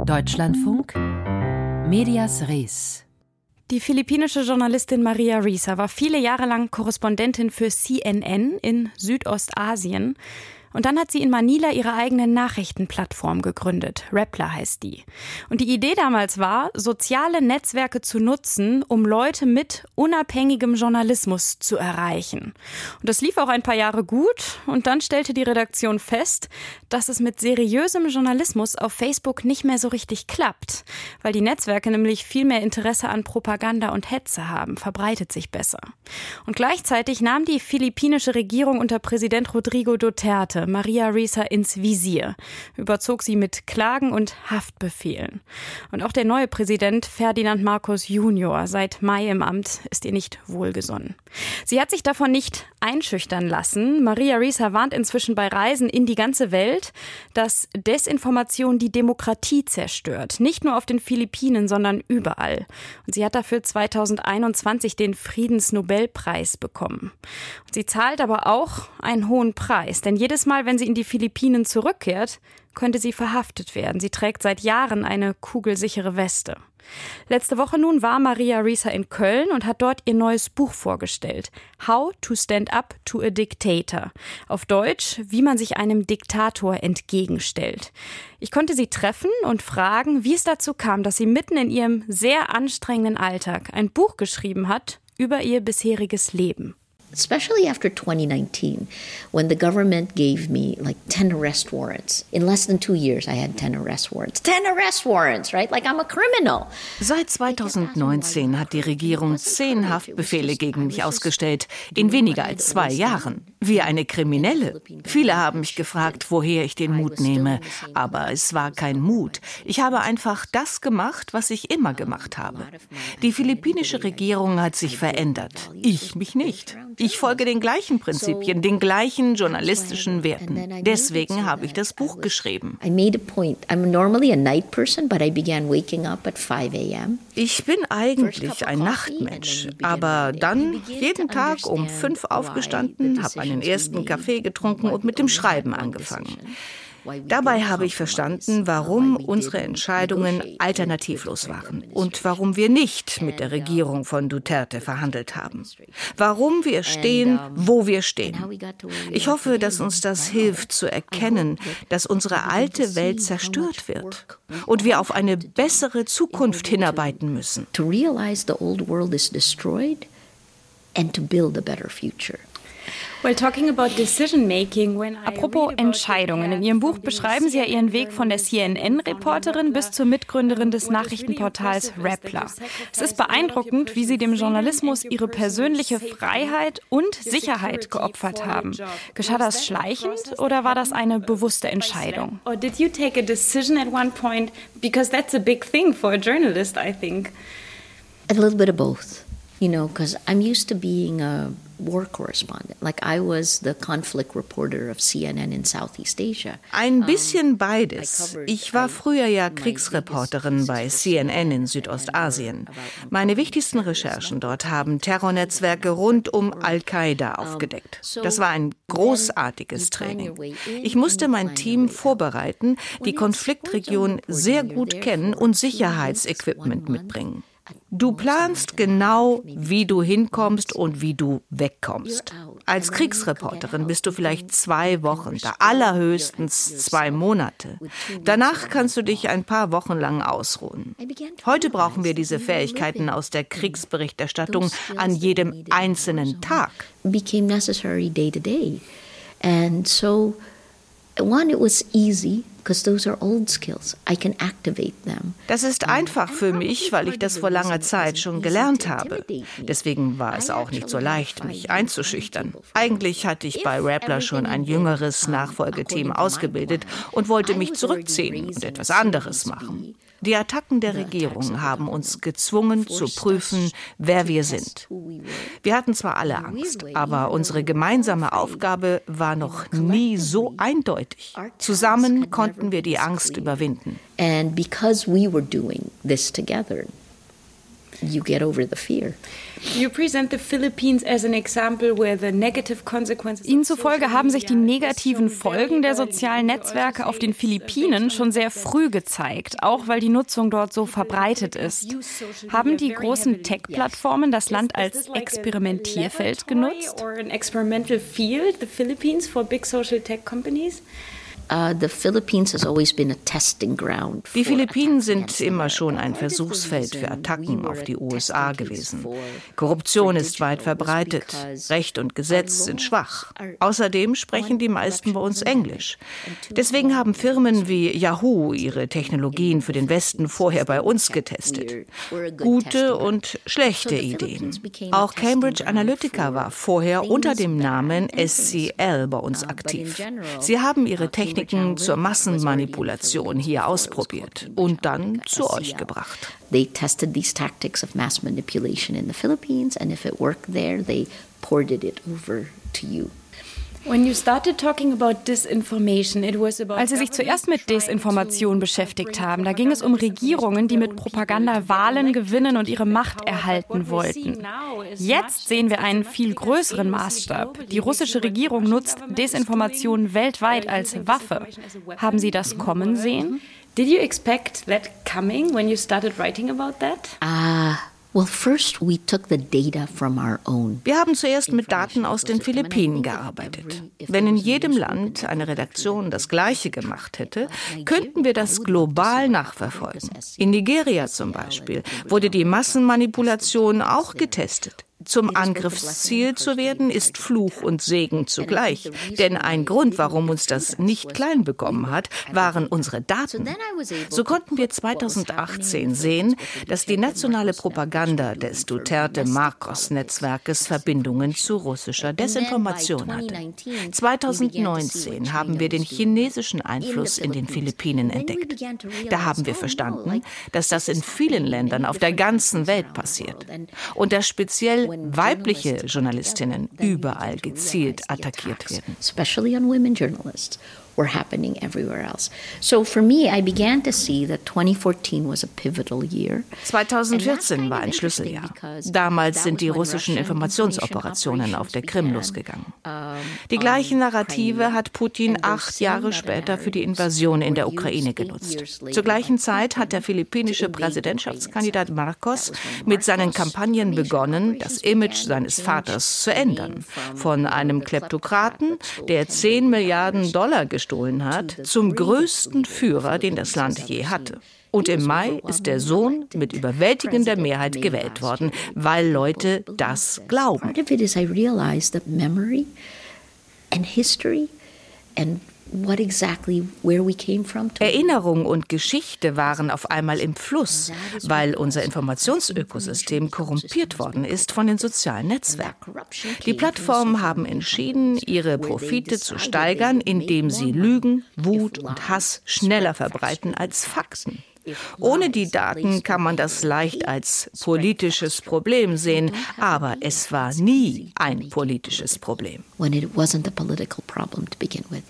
Deutschlandfunk Medias Res. Die philippinische Journalistin Maria Ressa war viele Jahre lang Korrespondentin für CNN in Südostasien. Und dann hat sie in Manila ihre eigene Nachrichtenplattform gegründet. Rappler heißt die. Und die Idee damals war, soziale Netzwerke zu nutzen, um Leute mit unabhängigem Journalismus zu erreichen. Und das lief auch ein paar Jahre gut. Und dann stellte die Redaktion fest, dass es mit seriösem Journalismus auf Facebook nicht mehr so richtig klappt. Weil die Netzwerke nämlich viel mehr Interesse an Propaganda und Hetze haben, verbreitet sich besser. Und gleichzeitig nahm die philippinische Regierung unter Präsident Rodrigo Duterte Maria Ressa ins Visier, überzog sie mit Klagen und Haftbefehlen. Und auch der neue Präsident Ferdinand Marcos Junior, seit Mai im Amt, ist ihr nicht wohlgesonnen. Sie hat sich davon nicht einschüchtern lassen. Maria Ressa warnt inzwischen bei Reisen in die ganze Welt, dass Desinformation die Demokratie zerstört. Nicht nur auf den Philippinen, sondern überall. Und sie hat dafür 2021 den Friedensnobelpreis bekommen. Und sie zahlt aber auch einen hohen Preis, denn jedes Mal, wenn sie in die Philippinen zurückkehrt, könnte sie verhaftet werden. Sie trägt seit Jahren eine kugelsichere Weste. Letzte Woche nun war Maria Ressa in Köln und hat dort ihr neues Buch vorgestellt. How to Stand Up to a Dictator. Auf Deutsch, wie man sich einem Diktator entgegenstellt. Ich konnte sie treffen und fragen, wie es dazu kam, dass sie mitten in ihrem sehr anstrengenden Alltag ein Buch geschrieben hat über ihr bisheriges Leben. Especially after 2019, when the government gave me like 10 arrest warrants. In less than 2 years, I had 10 arrest warrants. 10 arrest warrants, right? Like I'm a criminal. Seit 2019 hat die Regierung 10 Haftbefehle gegen mich ausgestellt, in weniger als 2 Jahren. Wie eine Kriminelle. Viele haben mich gefragt, woher ich den Mut nehme. Aber es war kein Mut. Ich habe einfach das gemacht, was ich immer gemacht habe. Die philippinische Regierung hat sich verändert. Ich mich nicht. Ich folge den gleichen Prinzipien, den gleichen journalistischen Werten. Deswegen habe ich das Buch geschrieben. Ich bin eigentlich ein Nachtmensch, aber dann jeden Tag um 5 aufgestanden, habe einen ersten Kaffee getrunken und mit dem Schreiben angefangen. Dabei habe ich verstanden, warum unsere Entscheidungen alternativlos waren und warum wir nicht mit der Regierung von Duterte verhandelt haben. Warum wir stehen, wo wir stehen. Ich hoffe, dass uns das hilft zu erkennen, dass unsere alte Welt zerstört wird und wir auf eine bessere Zukunft hinarbeiten müssen. To realize the old world is destroyed and to build a better future. Apropos Entscheidungen. In Ihrem Buch beschreiben Sie ja Ihren Weg von der CNN-Reporterin bis zur Mitgründerin des Nachrichtenportals Rappler. Es ist beeindruckend, wie Sie dem Journalismus Ihre persönliche Freiheit und Sicherheit geopfert haben. Geschah das schleichend oder war das eine bewusste Entscheidung? Or did you take a decision at one point? Because that's a big thing for a journalist, I think. A little bit of both. You know, because I'm used to being a war correspondent. Like I was the conflict reporter of CNN in Southeast Asia. Ein bisschen beides. Ich war früher ja Kriegsreporterin bei CNN in Südostasien. Meine wichtigsten Recherchen dort haben Terrornetzwerke rund um Al-Qaida aufgedeckt. Das war ein großartiges Training. Ich musste mein Team vorbereiten, die Konfliktregion sehr gut kennen und Sicherheitsequipment mitbringen. Du planst genau, wie du hinkommst und wie du wegkommst. Als Kriegsreporterin bist du vielleicht 2 Wochen da, allerhöchstens 2 Monate. Danach kannst du dich ein paar Wochen lang ausruhen. Heute brauchen wir diese Fähigkeiten aus der Kriegsberichterstattung an jedem einzelnen Tag. Became necessary day to day. And so, one, it was easy. Because those are old skills. I can activate them. Das ist einfach für mich, weil ich das vor langer Zeit schon gelernt habe. Deswegen war es auch nicht so leicht, mich einzuschüchtern. Eigentlich hatte ich bei Rappler schon ein jüngeres Nachfolgeteam ausgebildet und wollte mich zurückziehen und etwas anderes machen. Die Attacken der Regierung haben uns gezwungen zu prüfen, wer wir sind. Wir hatten zwar alle Angst, aber unsere gemeinsame Aufgabe war noch nie so eindeutig. Zusammen konnten wir die Angst überwinden. And because we were doing this together, you get over the fear. Ihnen zufolge haben sich die negativen Folgen der sozialen Netzwerke auf den Philippinen schon sehr früh gezeigt, auch weil die Nutzung dort so verbreitet ist. Haben die großen Tech-Plattformen das Land als Experimentierfeld genutzt? Die Philippinen sind immer schon ein Versuchsfeld für Attacken auf die USA gewesen. Korruption ist weit verbreitet. Recht und Gesetz sind schwach. Außerdem sprechen die meisten bei uns Englisch. Deswegen haben Firmen wie Yahoo ihre Technologien für den Westen vorher bei uns getestet. Gute und schlechte Ideen. Auch Cambridge Analytica war vorher unter dem Namen SCL bei uns aktiv. Sie haben ihre Techniken zur Massenmanipulation hier ausprobiert und dann zu euch gebracht. They tested these tactics of mass manipulation in the Philippines, and if it worked there, they ported it over to you. Als Sie sich zuerst mit Desinformation beschäftigt haben, da ging es um Regierungen, die mit Propaganda Wahlen gewinnen und ihre Macht erhalten wollten. Jetzt sehen wir einen viel größeren Maßstab. Die russische Regierung nutzt Desinformation weltweit als Waffe. Haben Sie das kommen sehen? Did you expect that coming when you started writing about that? Well, first we took the data from our own. Wir haben zuerst mit Daten aus den Philippinen gearbeitet. Wenn in jedem Land eine Redaktion das Gleiche gemacht hätte, könnten wir das global nachverfolgen. In Nigeria zum Beispiel wurde die Massenmanipulation auch getestet. Zum Angriffsziel zu werden, ist Fluch und Segen zugleich. Denn ein Grund, warum uns das nicht klein bekommen hat, waren unsere Daten. So konnten wir 2018 sehen, dass die nationale Propaganda des Duterte-Marcos-Netzwerkes Verbindungen zu russischer Desinformation hatte. 2019 haben wir den chinesischen Einfluss in den Philippinen entdeckt. Da haben wir verstanden, dass das in vielen Ländern auf der ganzen Welt passiert. Und dass speziell weibliche Journalistinnen überall gezielt attackiert werden. Especially on women journalists. Were happening everywhere else. So for me, I began to see that 2014 was a pivotal year. 2014 war ein Schlüsseljahr. Damals sind die russischen Informationsoperationen auf der Krim losgegangen. Die gleiche Narrative hat Putin 8 Jahre später für die Invasion in der Ukraine genutzt. Zur gleichen Zeit hat der philippinische Präsidentschaftskandidat Marcos mit seinen Kampagnen begonnen, das Image seines Vaters zu ändern. Von einem Kleptokraten, der $10 Milliarden gestohlen hat, zum größten Führer, den das Land je hatte. Und im Mai ist der Sohn mit überwältigender Mehrheit gewählt worden, weil Leute das glauben. Part of it is I realized that memory and history and what exactly where we came from. Erinnerung und Geschichte waren auf einmal im Fluss, weil unser Informationsökosystem korrumpiert worden ist von den sozialen Netzwerken. Die Plattformen haben entschieden, ihre Profite zu steigern, indem sie Lügen, Wut und Hass schneller verbreiten als Fakten. Ohne die Daten kann man das leicht als politisches Problem sehen, aber es war nie ein politisches Problem. When it wasn't a political problem to begin with.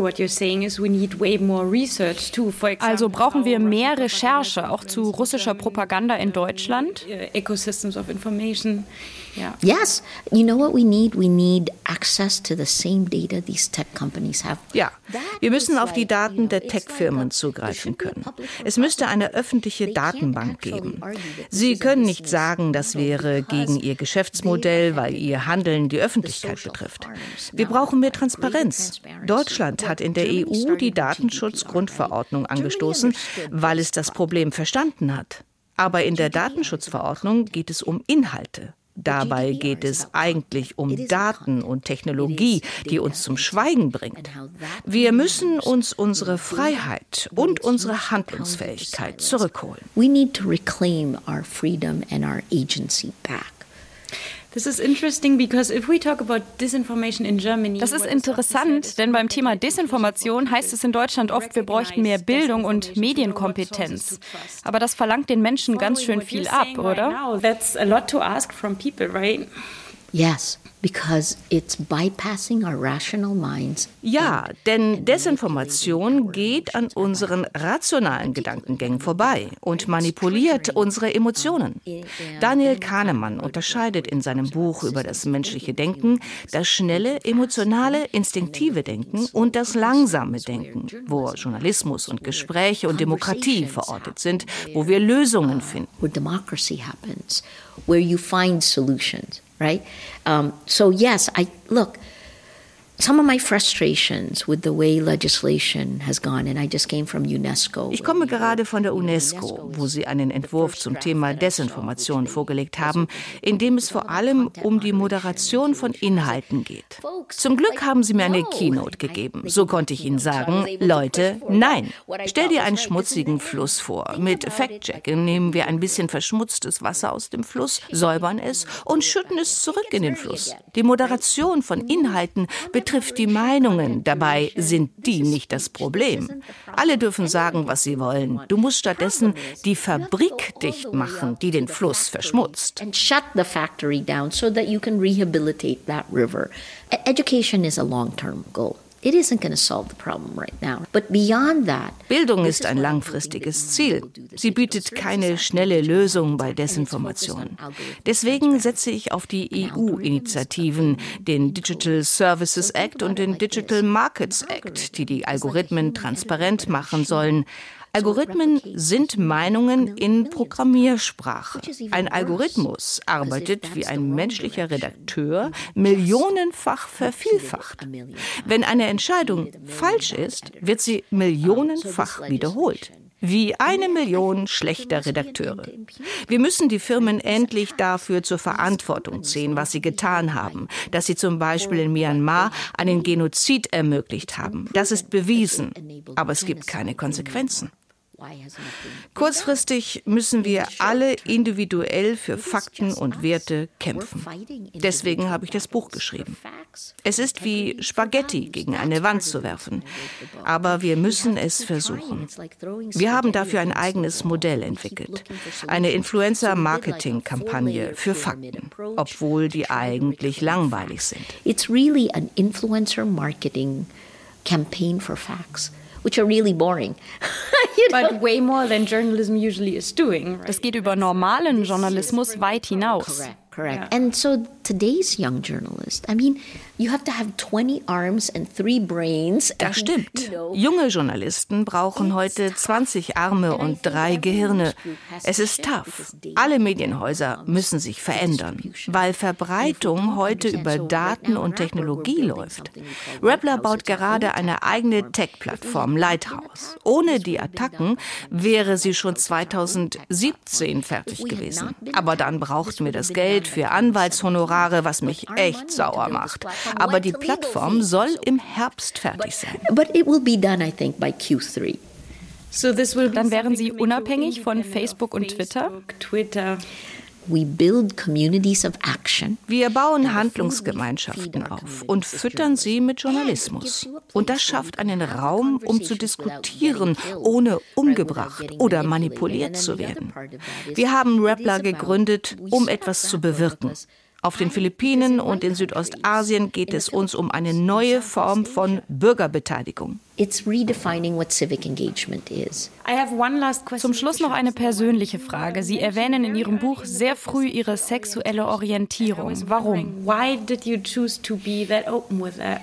Also brauchen wir mehr Recherche, auch zu russischer Propaganda in Deutschland? Ecosystems of information. Yeah. Yes. You know what we need? We need access to the same data these tech companies have. Ja, wir müssen auf die Daten der Tech-Firmen zugreifen können. Es müsste eine öffentliche Datenbank geben. Sie können nicht sagen, das wäre gegen Ihr Geschäftsmodell, weil Ihr Handeln die Öffentlichkeit betrifft. Wir brauchen mehr Transparenz. Deutschland hat in der EU die Datenschutzgrundverordnung angestoßen, weil es das Problem verstanden hat. Aber in der Datenschutzverordnung geht es um Inhalte. Dabei geht es eigentlich um Daten und Technologie, die uns zum Schweigen bringt. Wir müssen uns unsere Freiheit und unsere Handlungsfähigkeit zurückholen. We need to reclaim our freedom and our agency back. Das ist interessant, denn beim Thema Desinformation heißt es in Deutschland oft, wir bräuchten mehr Bildung und Medienkompetenz. Aber das verlangt den Menschen ganz schön viel ab, oder? That's a lot to ask from people, right? Yes. Because it's bypassing our rational minds. Ja, denn Desinformation geht an unseren rationalen Gedankengängen vorbei und manipuliert unsere Emotionen. Daniel Kahnemann unterscheidet in seinem Buch über das menschliche Denken das schnelle, emotionale, instinktive Denken und das langsame Denken, wo Journalismus und Gespräche und Demokratie verortet sind, wo wir Lösungen finden. Where democracy happens, where you find solutions. Right? So yes, some of my frustrations with the way legislation has gone, and I just came from UNESCO. Ich komme gerade von der UNESCO, wo sie einen Entwurf zum Thema Desinformation vorgelegt haben, in dem es vor allem um die Moderation von Inhalten geht. Zum Glück haben sie mir eine Keynote gegeben. So konnte ich ihnen sagen, Leute, nein. Stell dir einen schmutzigen Fluss vor. Mit Fact-Checking nehmen wir ein bisschen verschmutztes Wasser aus dem Fluss, säubern es und schütten es zurück in den Fluss. Die Moderation von Inhalten betrifft die Meinungen. Dabei sind die nicht das Problem. Alle dürfen sagen, was sie wollen. Du musst stattdessen die Fabrik dicht machen, die den Fluss verschmutzt. And shut the factory down so that you can rehabilitate that river. Education is a long-term goal. It isn't going to solve the problem right now. But beyond that, Bildung ist ein langfristiges Ziel. Sie bietet keine schnelle Lösung bei Desinformation. Deswegen setze ich auf die EU-Initiativen, den Digital Services Act und den Digital Markets Act, die die Algorithmen transparent machen sollen. Algorithmen sind Meinungen in Programmiersprache. Ein Algorithmus arbeitet wie ein menschlicher Redakteur, millionenfach vervielfacht. Wenn eine Entscheidung falsch ist, wird sie millionenfach wiederholt. Wie 1 Million schlechter Redakteure. Wir müssen die Firmen endlich dafür zur Verantwortung ziehen, was sie getan haben. Dass sie zum Beispiel in Myanmar einen Genozid ermöglicht haben. Das ist bewiesen. Aber es gibt keine Konsequenzen. Kurzfristig müssen wir alle individuell für Fakten und Werte kämpfen. Deswegen habe ich das Buch geschrieben. Es ist wie Spaghetti gegen eine Wand zu werfen. Aber wir müssen es versuchen. Wir haben dafür ein eigenes Modell entwickelt. Eine Influencer-Marketing-Kampagne für Fakten, obwohl die eigentlich langweilig sind. It's really an influencer marketing campaign for facts, which are really boring. But way more than journalism usually is doing. Right? Das geht über normalen Journalismus weit hinaus. Correct. Yeah. And so today's young journalist, I mean, you have to have 20 arms and 3 brains. Das stimmt. Junge Journalisten brauchen heute 20 Arme und 3 Gehirne. Es ist tough. Alle Medienhäuser müssen sich verändern, weil Verbreitung heute über Daten und Technologie läuft. Rappler baut gerade eine eigene Tech-Plattform, Lighthouse. Ohne die Attacken wäre sie schon 2017 fertig gewesen. Aber dann brauchten wir das Geld für Anwaltshonorare, was mich echt sauer macht. Aber die Plattform soll im Herbst fertig sein. But it will be done, I think, by Q3. So this will Dann wären Sie unabhängig von Facebook und Twitter? We build communities of action. Wir bauen Handlungsgemeinschaften auf und füttern sie mit Journalismus. Und das schafft einen Raum, um zu diskutieren, ohne umgebracht oder manipuliert zu werden. Wir haben Rappler gegründet, um etwas zu bewirken. Auf den Philippinen und in Südostasien geht es uns um eine neue Form von Bürgerbeteiligung. It's redefining what civic engagement is. Zum Schluss noch eine persönliche Frage. Sie erwähnen in Ihrem Buch sehr früh Ihre sexuelle Orientierung. Warum? Why did you choose to be that open with that?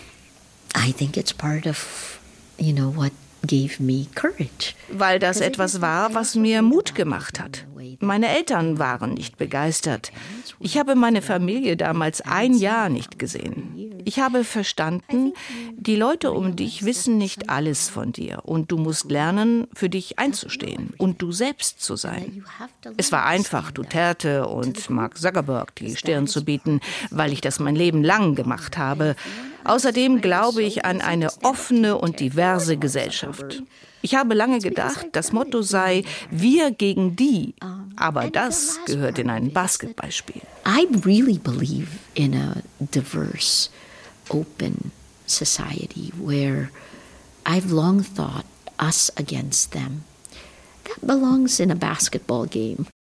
I think it's part of, what gave me courage. Weil das etwas war, was mir Mut gemacht hat. Meine Eltern waren nicht begeistert. Ich habe meine Familie damals 1 Jahr nicht gesehen. Ich habe verstanden, die Leute um dich wissen nicht alles von dir und du musst lernen, für dich einzustehen und du selbst zu sein. Es war einfach, Duterte und Mark Zuckerberg die Stirn zu bieten, weil ich das mein Leben lang gemacht habe. Außerdem glaube ich an eine offene und diverse Gesellschaft. Ich habe lange gedacht, das Motto sei wir gegen die, aber das gehört in ein Basketballspiel. I really believe in a diverse, open society where I've long thought us against them. That belongs in a basketball game.